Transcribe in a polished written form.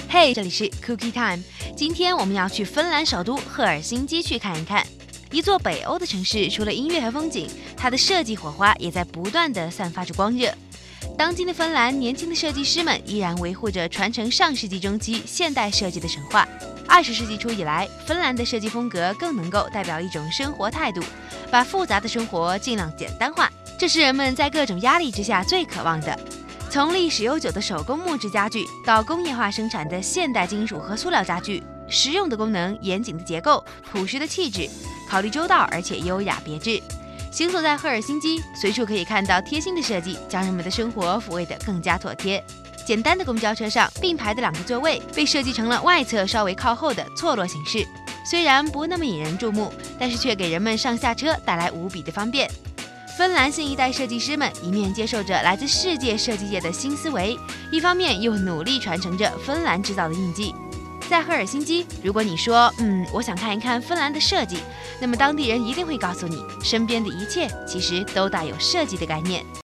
嘿，这里是 Cookie Time。今天我们要去芬兰首都赫尔辛基去看一看。一座北欧的城市，除了音乐和风景，它的设计火花也在不断地散发着光热。当今的芬兰，年轻的设计师们依然维护着传承上世纪中期现代设计的神话。20世纪初以来，芬兰的设计风格更能够代表一种生活态度，把复杂的生活尽量简单化，这是人们在各种压力之下最渴望的。从历史悠久的手工木质家具到工业化生产的现代金属和塑料家具，实用的功能、严谨的结构、朴实的气质，考虑周到而且优雅别致。行走在赫尔辛基，随处可以看到贴心的设计，将人们的生活抚慰得更加妥帖。简单的公交车上并排的2个座位被设计成了外侧稍微靠后的错落形式，虽然不那么引人注目，但是却给人们上下车带来无比的方便。芬兰新一代设计师们一面接受着来自世界设计界的新思维，一方面又努力传承着芬兰制造的印记。在赫尔辛基，如果你说我想看一看芬兰的设计，那么当地人一定会告诉你，身边的一切其实都带有设计的概念。